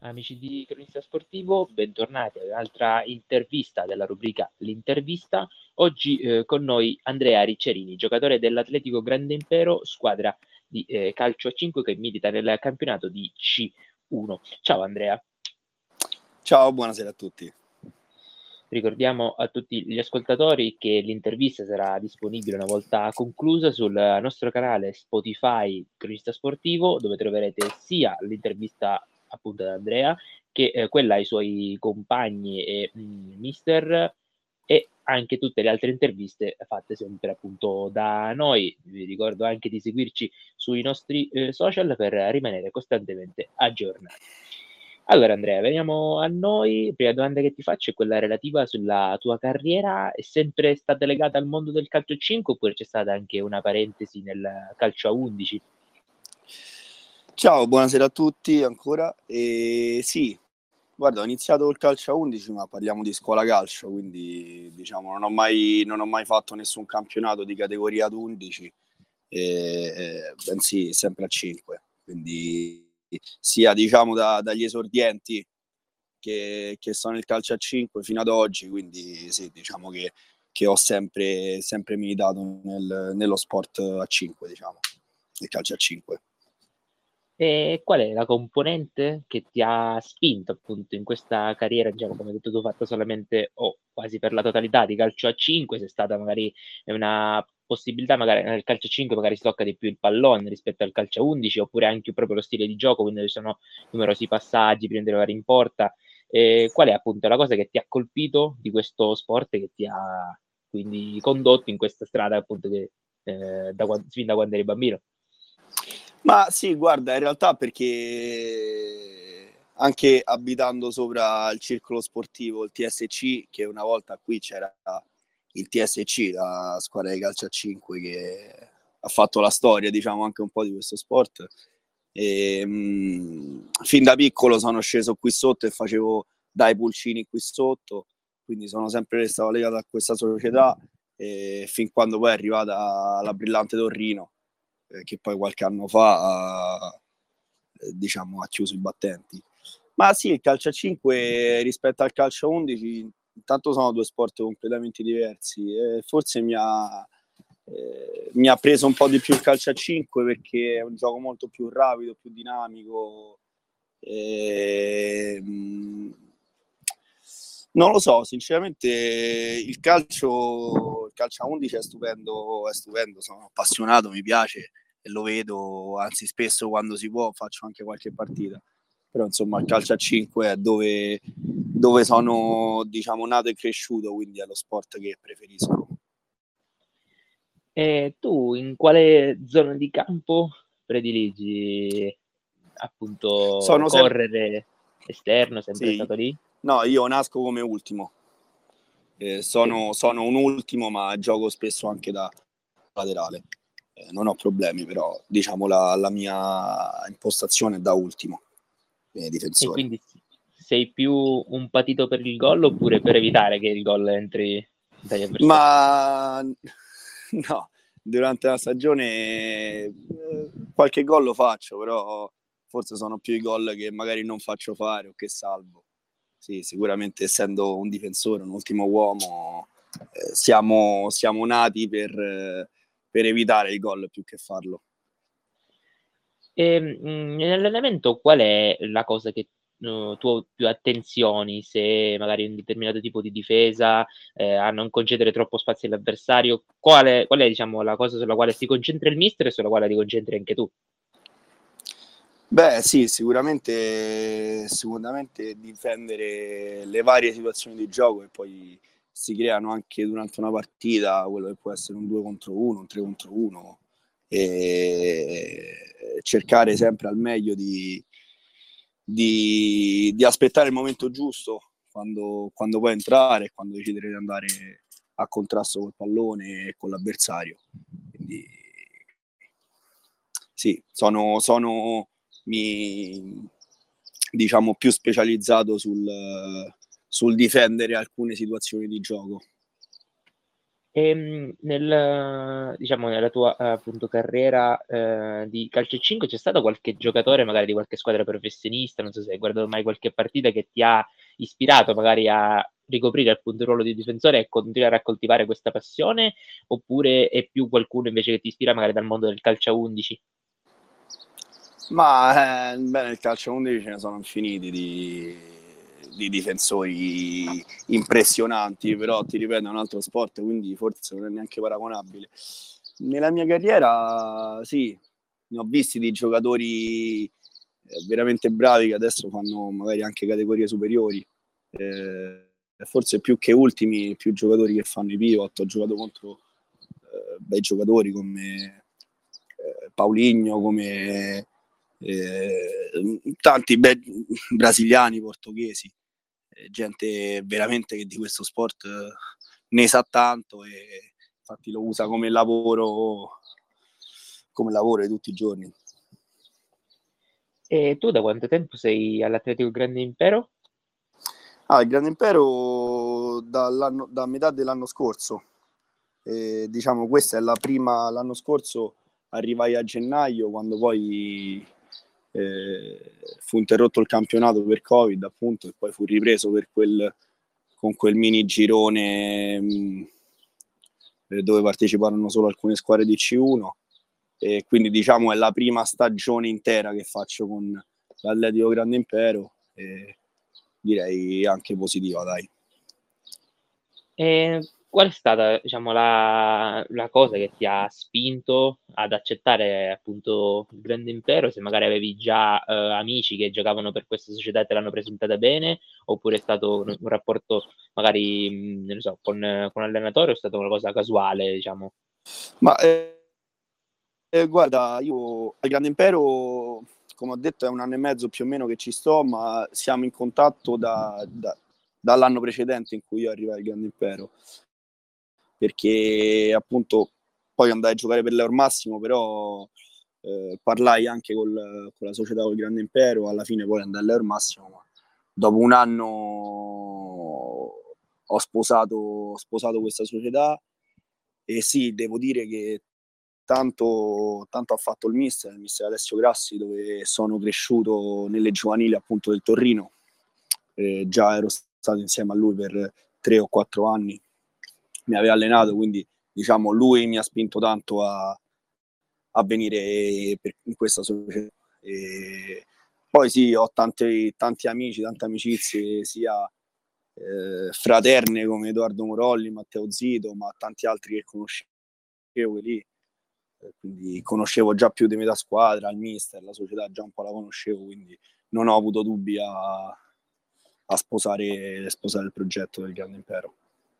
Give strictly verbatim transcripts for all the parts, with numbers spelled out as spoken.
Amici di Cronista Sportivo, bentornati ad un'altra intervista della rubrica L'Intervista. Oggi eh, con noi Andrea Ricciarini, giocatore dell'Atletico Grande Impero, squadra di eh, calcio a cinque che milita nel campionato di C uno. Ciao Andrea. Ciao, buonasera a tutti. Ricordiamo a tutti gli ascoltatori che l'intervista sarà disponibile una volta conclusa sul nostro canale Spotify Cronista Sportivo, dove troverete sia l'intervista appunto ad Andrea che eh, quella ai suoi compagni e mh, mister, e anche tutte le altre interviste fatte sempre appunto da noi. Vi ricordo anche di seguirci sui nostri eh, social per rimanere costantemente aggiornati. Allora Andrea, veniamo a noi. La prima domanda che ti faccio è quella relativa sulla tua carriera. È sempre stata legata al mondo del calcio a cinque oppure c'è stata anche una parentesi nel calcio a undici? Ciao, buonasera a tutti ancora. E sì, guarda, ho iniziato il calcio a undici, ma parliamo di scuola calcio, quindi diciamo non ho mai, non ho mai fatto nessun campionato di categoria ad undici, eh, bensì sempre a cinque. Quindi sia diciamo da, dagli esordienti che, che sono il calcio a cinque fino ad oggi, quindi sì, diciamo che, che ho sempre, sempre militato nel, nello sport a cinque, diciamo, il calcio a cinque. E qual è la componente che ti ha spinto appunto in questa carriera, diciamo, come hai detto tu, fatta solamente o quasi per la totalità di calcio a cinque? Se è stata magari una possibilità, magari nel calcio a cinque magari si tocca di più il pallone rispetto al calcio a undici, oppure anche proprio lo stile di gioco, quindi ci sono numerosi passaggi prima di arrivare in porta. E qual è appunto la cosa che ti ha colpito di questo sport che ti ha quindi condotto in questa strada appunto che, eh, da quando, fin da quando eri bambino? Ma sì, guarda, in realtà perché anche abitando sopra il circolo sportivo, il T S C, che una volta qui c'era il T S C, la squadra di calcio a cinque, che ha fatto la storia, diciamo, anche un po' di questo sport. E, mh, fin da piccolo sono sceso qui sotto e facevo dai pulcini qui sotto, quindi sono sempre restato legato a questa società, e fin quando poi è arrivata la brillante Torrino, che poi qualche anno fa ha, diciamo, ha chiuso i battenti. Ma sì, il calcio a cinque rispetto al calcio a undici, intanto sono due sport completamente diversi e forse mi ha, eh, mi ha preso un po' di più il calcio a cinque perché è un gioco molto più rapido, più dinamico. E, mh, non lo so, sinceramente il calcio, il calcio a undici è stupendo, è stupendo, sono appassionato, mi piace e lo vedo, anzi spesso quando si può faccio anche qualche partita, però insomma il calcio a cinque è dove, dove sono, diciamo, nato e cresciuto, quindi è lo sport che preferisco. E tu in quale zona di campo prediligi appunto Sono sempre, correre? Esterno, sempre sì, stato lì? no, io nasco come ultimo, eh, Sì. sono, sono un ultimo ma gioco spesso anche da laterale. Eh, non ho problemi, però diciamo la, la mia impostazione è da ultimo, eh, E difensore. quindi sei più un patito per il gol oppure per evitare che il gol entri dagli avversari? Ma no, durante la stagione eh, qualche gol lo faccio, però forse sono più i gol che magari non faccio fare o che salvo. Sì, sicuramente essendo un difensore, un ultimo uomo, eh, siamo, siamo nati per, eh, per evitare il gol più che farlo. E, mh, nell'allenamento qual è la cosa che uh, tu più attenzioni se magari un determinato tipo di difesa, eh, a non concedere troppo spazio all'avversario? Qual qual è diciamo, la cosa sulla quale si concentra il mister e sulla quale ti concentri anche tu? Beh, sì, sicuramente, sicuramente difendere le varie situazioni di gioco che poi si creano anche durante una partita, quello che può essere un due contro uno, un tre contro uno, e cercare sempre al meglio di, di, di aspettare il momento giusto quando, quando puoi entrare e quando decidere di andare a contrasto col pallone e con l'avversario. Quindi sì, sono, sono mi, diciamo più specializzato sul, sul difendere alcune situazioni di gioco. Ehm, nel diciamo nella tua, appunto, carriera, ehm, di calcio a cinque c'è stato qualche giocatore, magari di qualche squadra professionista, non so se hai guardato mai qualche partita, che ti ha ispirato magari a ricoprire appunto il ruolo di difensore e continuare a coltivare questa passione, oppure è più qualcuno invece che ti ispira magari dal mondo del calcio a undici? Ma eh, beh, nel calcio undici ce ne sono infiniti di, di difensori impressionanti, però ti ripeto è un altro sport, quindi forse non è neanche paragonabile. Nella mia carriera sì, ne ho visti di giocatori eh, veramente bravi che adesso fanno magari anche categorie superiori, eh, forse più che ultimi, più giocatori che fanno i pivot. Ho giocato contro eh, bei giocatori come eh, Paulinho, come eh, tanti be- brasiliani, portoghesi, eh, gente veramente che di questo sport eh, ne sa tanto e infatti lo usa come lavoro, come lavoro di tutti i giorni. E tu da quanto tempo sei all'Atletico Grande Impero? Ah, il Grande Impero dall'anno, da metà dell'anno scorso. Eh, diciamo questa è la prima, l'anno scorso arrivai a gennaio quando poi eh, fu interrotto il campionato per Covid appunto e poi fu ripreso per quel, con quel mini girone mh, dove parteciparono solo alcune squadre di C uno e quindi diciamo è la prima stagione intera che faccio con l'Atletico Grande Impero e direi anche positiva, dai. E qual è stata, diciamo, la, la cosa che ti ha spinto ad accettare appunto il Grande Impero? Se magari avevi già eh, amici che giocavano per questa società e te l'hanno presentata bene, oppure è stato un, un rapporto magari, mh, non so, con, con l'allenatore, o è stata una cosa casuale, diciamo? Ma eh, eh, guarda, io al Grande Impero, come ho detto, è un anno e mezzo più o meno che ci sto, ma siamo in contatto da, da, dall'anno precedente in cui io arrivai al Grande Impero, perché appunto poi andai a giocare per l'Eur Massimo, però eh, parlai anche col, con la società del Grande Impero, alla fine poi andai all'Eur Massimo, ma dopo un anno ho sposato, ho sposato questa società e sì, devo dire che tanto, tanto ha fatto il mister, il mister Alessio Grassi, dove sono cresciuto nelle giovanili appunto del Torrino. Eh, già ero stato insieme a lui per tre o quattro anni, mi aveva allenato, quindi diciamo lui mi ha spinto tanto a, a venire per, in questa società. E poi sì, ho tanti, tanti amici, tante amicizie, sia eh, fraterne come Edoardo Morolli, Matteo Zito, ma tanti altri che conoscevo lì. Quindi conoscevo già più di metà squadra, il mister, la società già un po' la conoscevo, quindi non ho avuto dubbi a, a sposare, sposare il progetto del Grande Impero.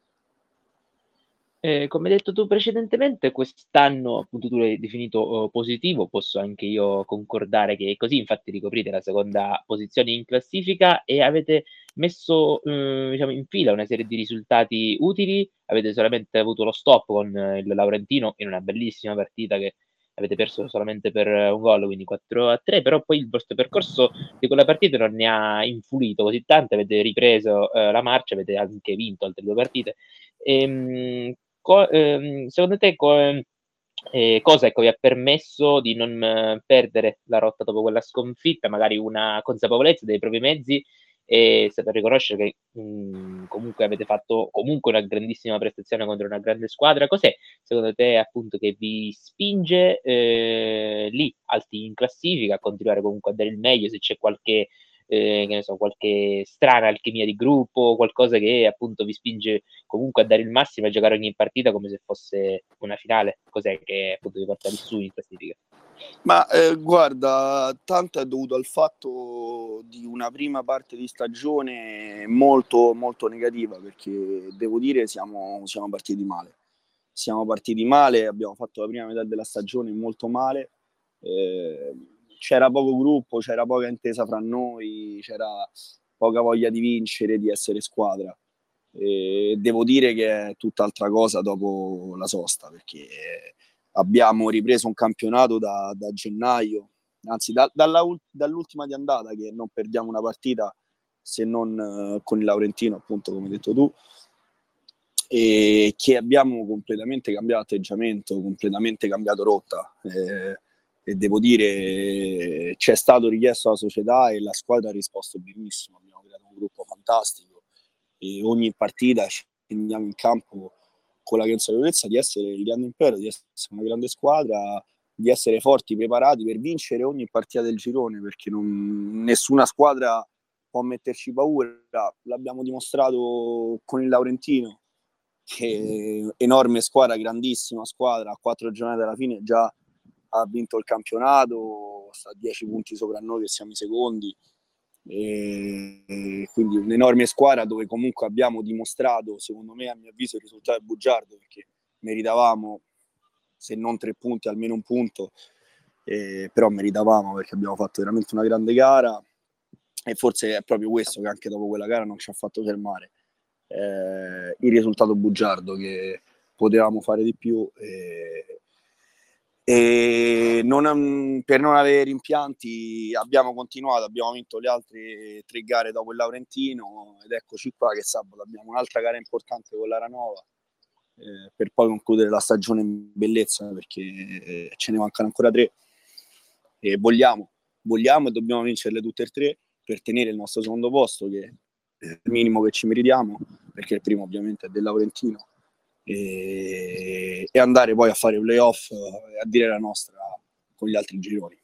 Eh, come hai detto tu precedentemente, quest'anno appunto tu l'hai definito eh, positivo, posso anche io concordare che è così, infatti ricoprite la seconda posizione in classifica e avete messo eh, diciamo in fila una serie di risultati utili, avete solamente avuto lo stop con eh, il Laurentino in una bellissima partita che avete perso solamente per un gol, quindi quattro a tre, però poi il vostro percorso di quella partita non ne ha influito così tanto, avete ripreso eh, la marcia, avete anche vinto altre due partite. Ehm, co- ehm, secondo te co- eh, cosa ecco, vi ha permesso di non eh, perdere la rotta dopo quella sconfitta? Magari una consapevolezza dei propri mezzi e saper riconoscere che mh, comunque avete fatto comunque una grandissima prestazione contro una grande squadra. Cos'è secondo te appunto che vi spinge eh, lì alti in classifica a continuare comunque a dare il meglio? Se c'è qualche eh, che ne so, qualche strana alchimia di gruppo, qualcosa che appunto vi spinge comunque a dare il massimo e a giocare ogni partita come se fosse una finale. Cos'è che appunto vi porta lì su in classifica? Ma eh, guarda, tanto è dovuto al fatto di una prima parte di stagione molto, molto negativa, perché devo dire siamo, siamo partiti male. Siamo partiti male, abbiamo fatto la prima metà della stagione molto male. Eh, c'era poco gruppo, c'era poca intesa fra noi, c'era poca voglia di vincere, di essere squadra. E devo dire che è tutt'altra cosa dopo la sosta, perché abbiamo ripreso un campionato da, da gennaio, anzi da, dalla, dall'ultima di andata che non perdiamo una partita se non eh, con il Laurentino, appunto come hai detto tu, e che abbiamo completamente cambiato atteggiamento, completamente cambiato rotta. Eh, e devo dire, c'è stato richiesto alla società e la squadra ha risposto benissimo. Abbiamo creato un gruppo fantastico e ogni partita scendiamo in campo con la consapevolezza di essere il grande impero, di essere una grande squadra, di essere forti, preparati per vincere ogni partita del girone, perché non, nessuna squadra può metterci paura. L'abbiamo dimostrato con il Laurentino, che enorme squadra, grandissima squadra, a quattro giornate alla fine già ha vinto il campionato, sta a dieci punti sopra noi che siamo i secondi, e quindi un'enorme squadra dove comunque abbiamo dimostrato, secondo me, a mio avviso, il risultato è bugiardo, perché meritavamo, se non tre punti, almeno un punto, eh, però meritavamo perché abbiamo fatto veramente una grande gara e forse è proprio questo che anche dopo quella gara non ci ha fatto fermare. Eh, il risultato bugiardo, che potevamo fare di più e, e non, per non avere rimpianti abbiamo continuato, abbiamo vinto le altre tre gare dopo il Laurentino ed eccoci qua che sabato abbiamo un'altra gara importante con l'Aranova, eh, per poi concludere la stagione in bellezza, perché eh, ce ne mancano ancora tre e vogliamo, vogliamo e dobbiamo vincerle tutte e tre per tenere il nostro secondo posto, che è il minimo che ci meritiamo, perché il primo ovviamente è del Laurentino, e, e andare poi a fare playoff e a dire la nostra con gli altri gironi.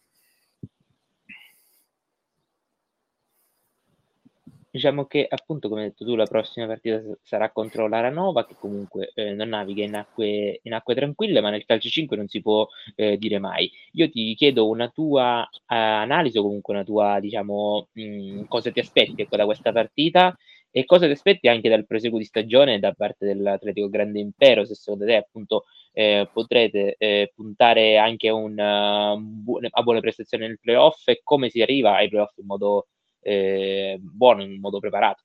Diciamo che appunto, come hai detto tu, la prossima partita sarà contro l'Aranova, che comunque eh, non naviga in acque, in acque tranquille, ma nel calcio cinque non si può eh, dire mai. Io ti chiedo una tua uh, analisi o comunque una tua, diciamo, mh, cosa ti aspetti, ecco, da questa partita e cosa ti aspetti anche dal proseguo di stagione da parte dell'Atletico Grande Impero, se secondo te appunto eh, potrete eh, puntare anche a, un, uh, bu- a buone prestazioni nel playoff e come si arriva ai playoff in modo eh, buono, in modo preparato.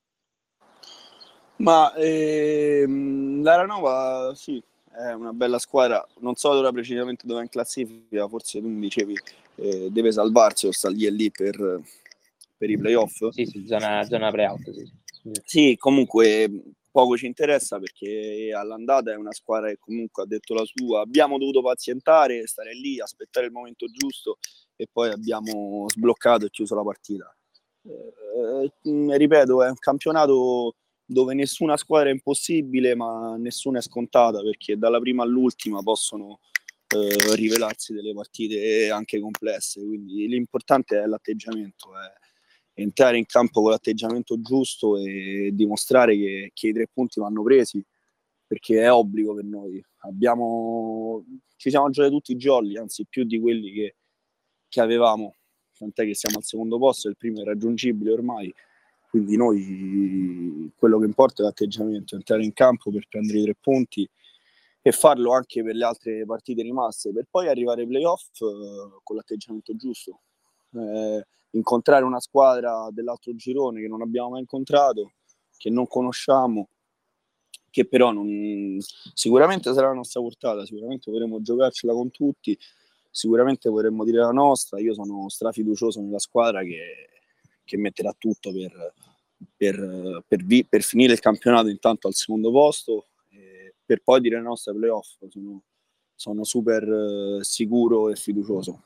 Ma ehm, l'Aranova sì, è una bella squadra, non so ora precisamente dove è in classifica, forse tu mi dicevi eh, deve salvarsi o sta lì e lì per, per i playoff. Sì, sì, zona, zona play-out, sì, sì. Sì, comunque poco ci interessa perché all'andata è una squadra che comunque ha detto la sua, abbiamo dovuto pazientare, stare lì, aspettare il momento giusto e poi abbiamo sbloccato e chiuso la partita. Eh, ripeto, è un campionato dove nessuna squadra è impossibile, ma nessuna è scontata, perché dalla prima all'ultima possono eh, rivelarsi delle partite anche complesse, quindi l'importante è l'atteggiamento, è entrare in campo con l'atteggiamento giusto e dimostrare che, che i tre punti vanno presi, perché è obbligo per noi. Abbiamo, ci siamo giocati tutti i jolly, anzi più di quelli che, che avevamo, tant'è che siamo al secondo posto, il primo è raggiungibile ormai, quindi noi quello che importa è l'atteggiamento, entrare in campo per prendere i tre punti e farlo anche per le altre partite rimaste, per poi arrivare ai playoff eh, con l'atteggiamento giusto. Eh, incontrare una squadra dell'altro girone che non abbiamo mai incontrato, che non conosciamo, che però non, sicuramente sarà la nostra portata, sicuramente vorremmo giocarcela con tutti, sicuramente vorremmo dire la nostra. Io sono strafiducioso nella squadra che, che metterà tutto per, per, per, vi, per finire il campionato intanto al secondo posto, e per poi dire la nostra playoff. Sono, sono super eh, sicuro e fiducioso.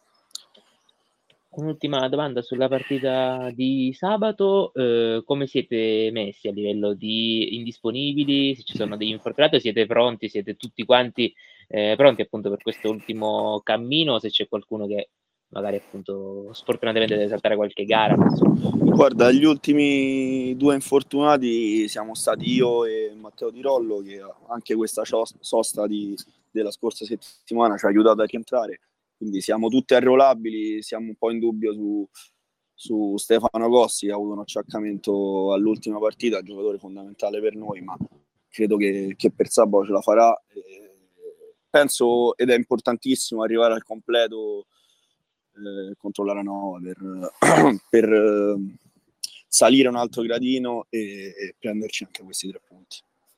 Un'ultima domanda sulla partita di sabato, eh, come siete messi a livello di indisponibili, se ci sono degli infortunati, siete pronti, siete tutti quanti eh, pronti appunto per questo ultimo cammino, se c'è qualcuno che magari appunto sfortunatamente deve saltare qualche gara. Guarda, gli ultimi due infortunati siamo stati io e Matteo Di Rollo, che anche questa sosta di, della scorsa settimana ci ha aiutato a rientrare, quindi siamo tutti arruolabili, siamo un po' in dubbio su, su Stefano Gossi, che ha avuto un acciaccamento all'ultima partita, giocatore fondamentale per noi, ma credo che, che per sabato ce la farà. E penso, ed è importantissimo, arrivare al completo eh, contro l'Aranova per, per eh, salire un altro gradino e, e prenderci anche questi tre punti.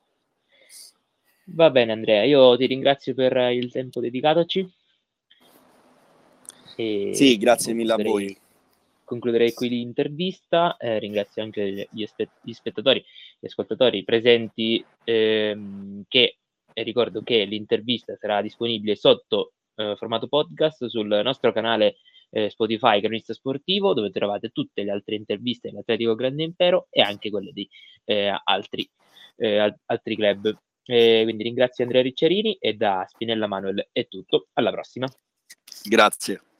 Va bene Andrea, io ti ringrazio per il tempo dedicatoci. E sì, grazie mille a voi. concluderei qui l'intervista, eh, ringrazio anche gli, espe- gli spettatori, gli ascoltatori presenti, ehm, che e ricordo che l'intervista sarà disponibile sotto eh, formato podcast sul nostro canale eh, Spotify Cronista Sportivo, dove trovate tutte le altre interviste dell'Atletico Grande Impero e anche quelle di eh, altri, eh, al- altri club. Eh, quindi ringrazio Andrea Ricciarini e da Spinella Manuel è tutto, alla prossima. Grazie.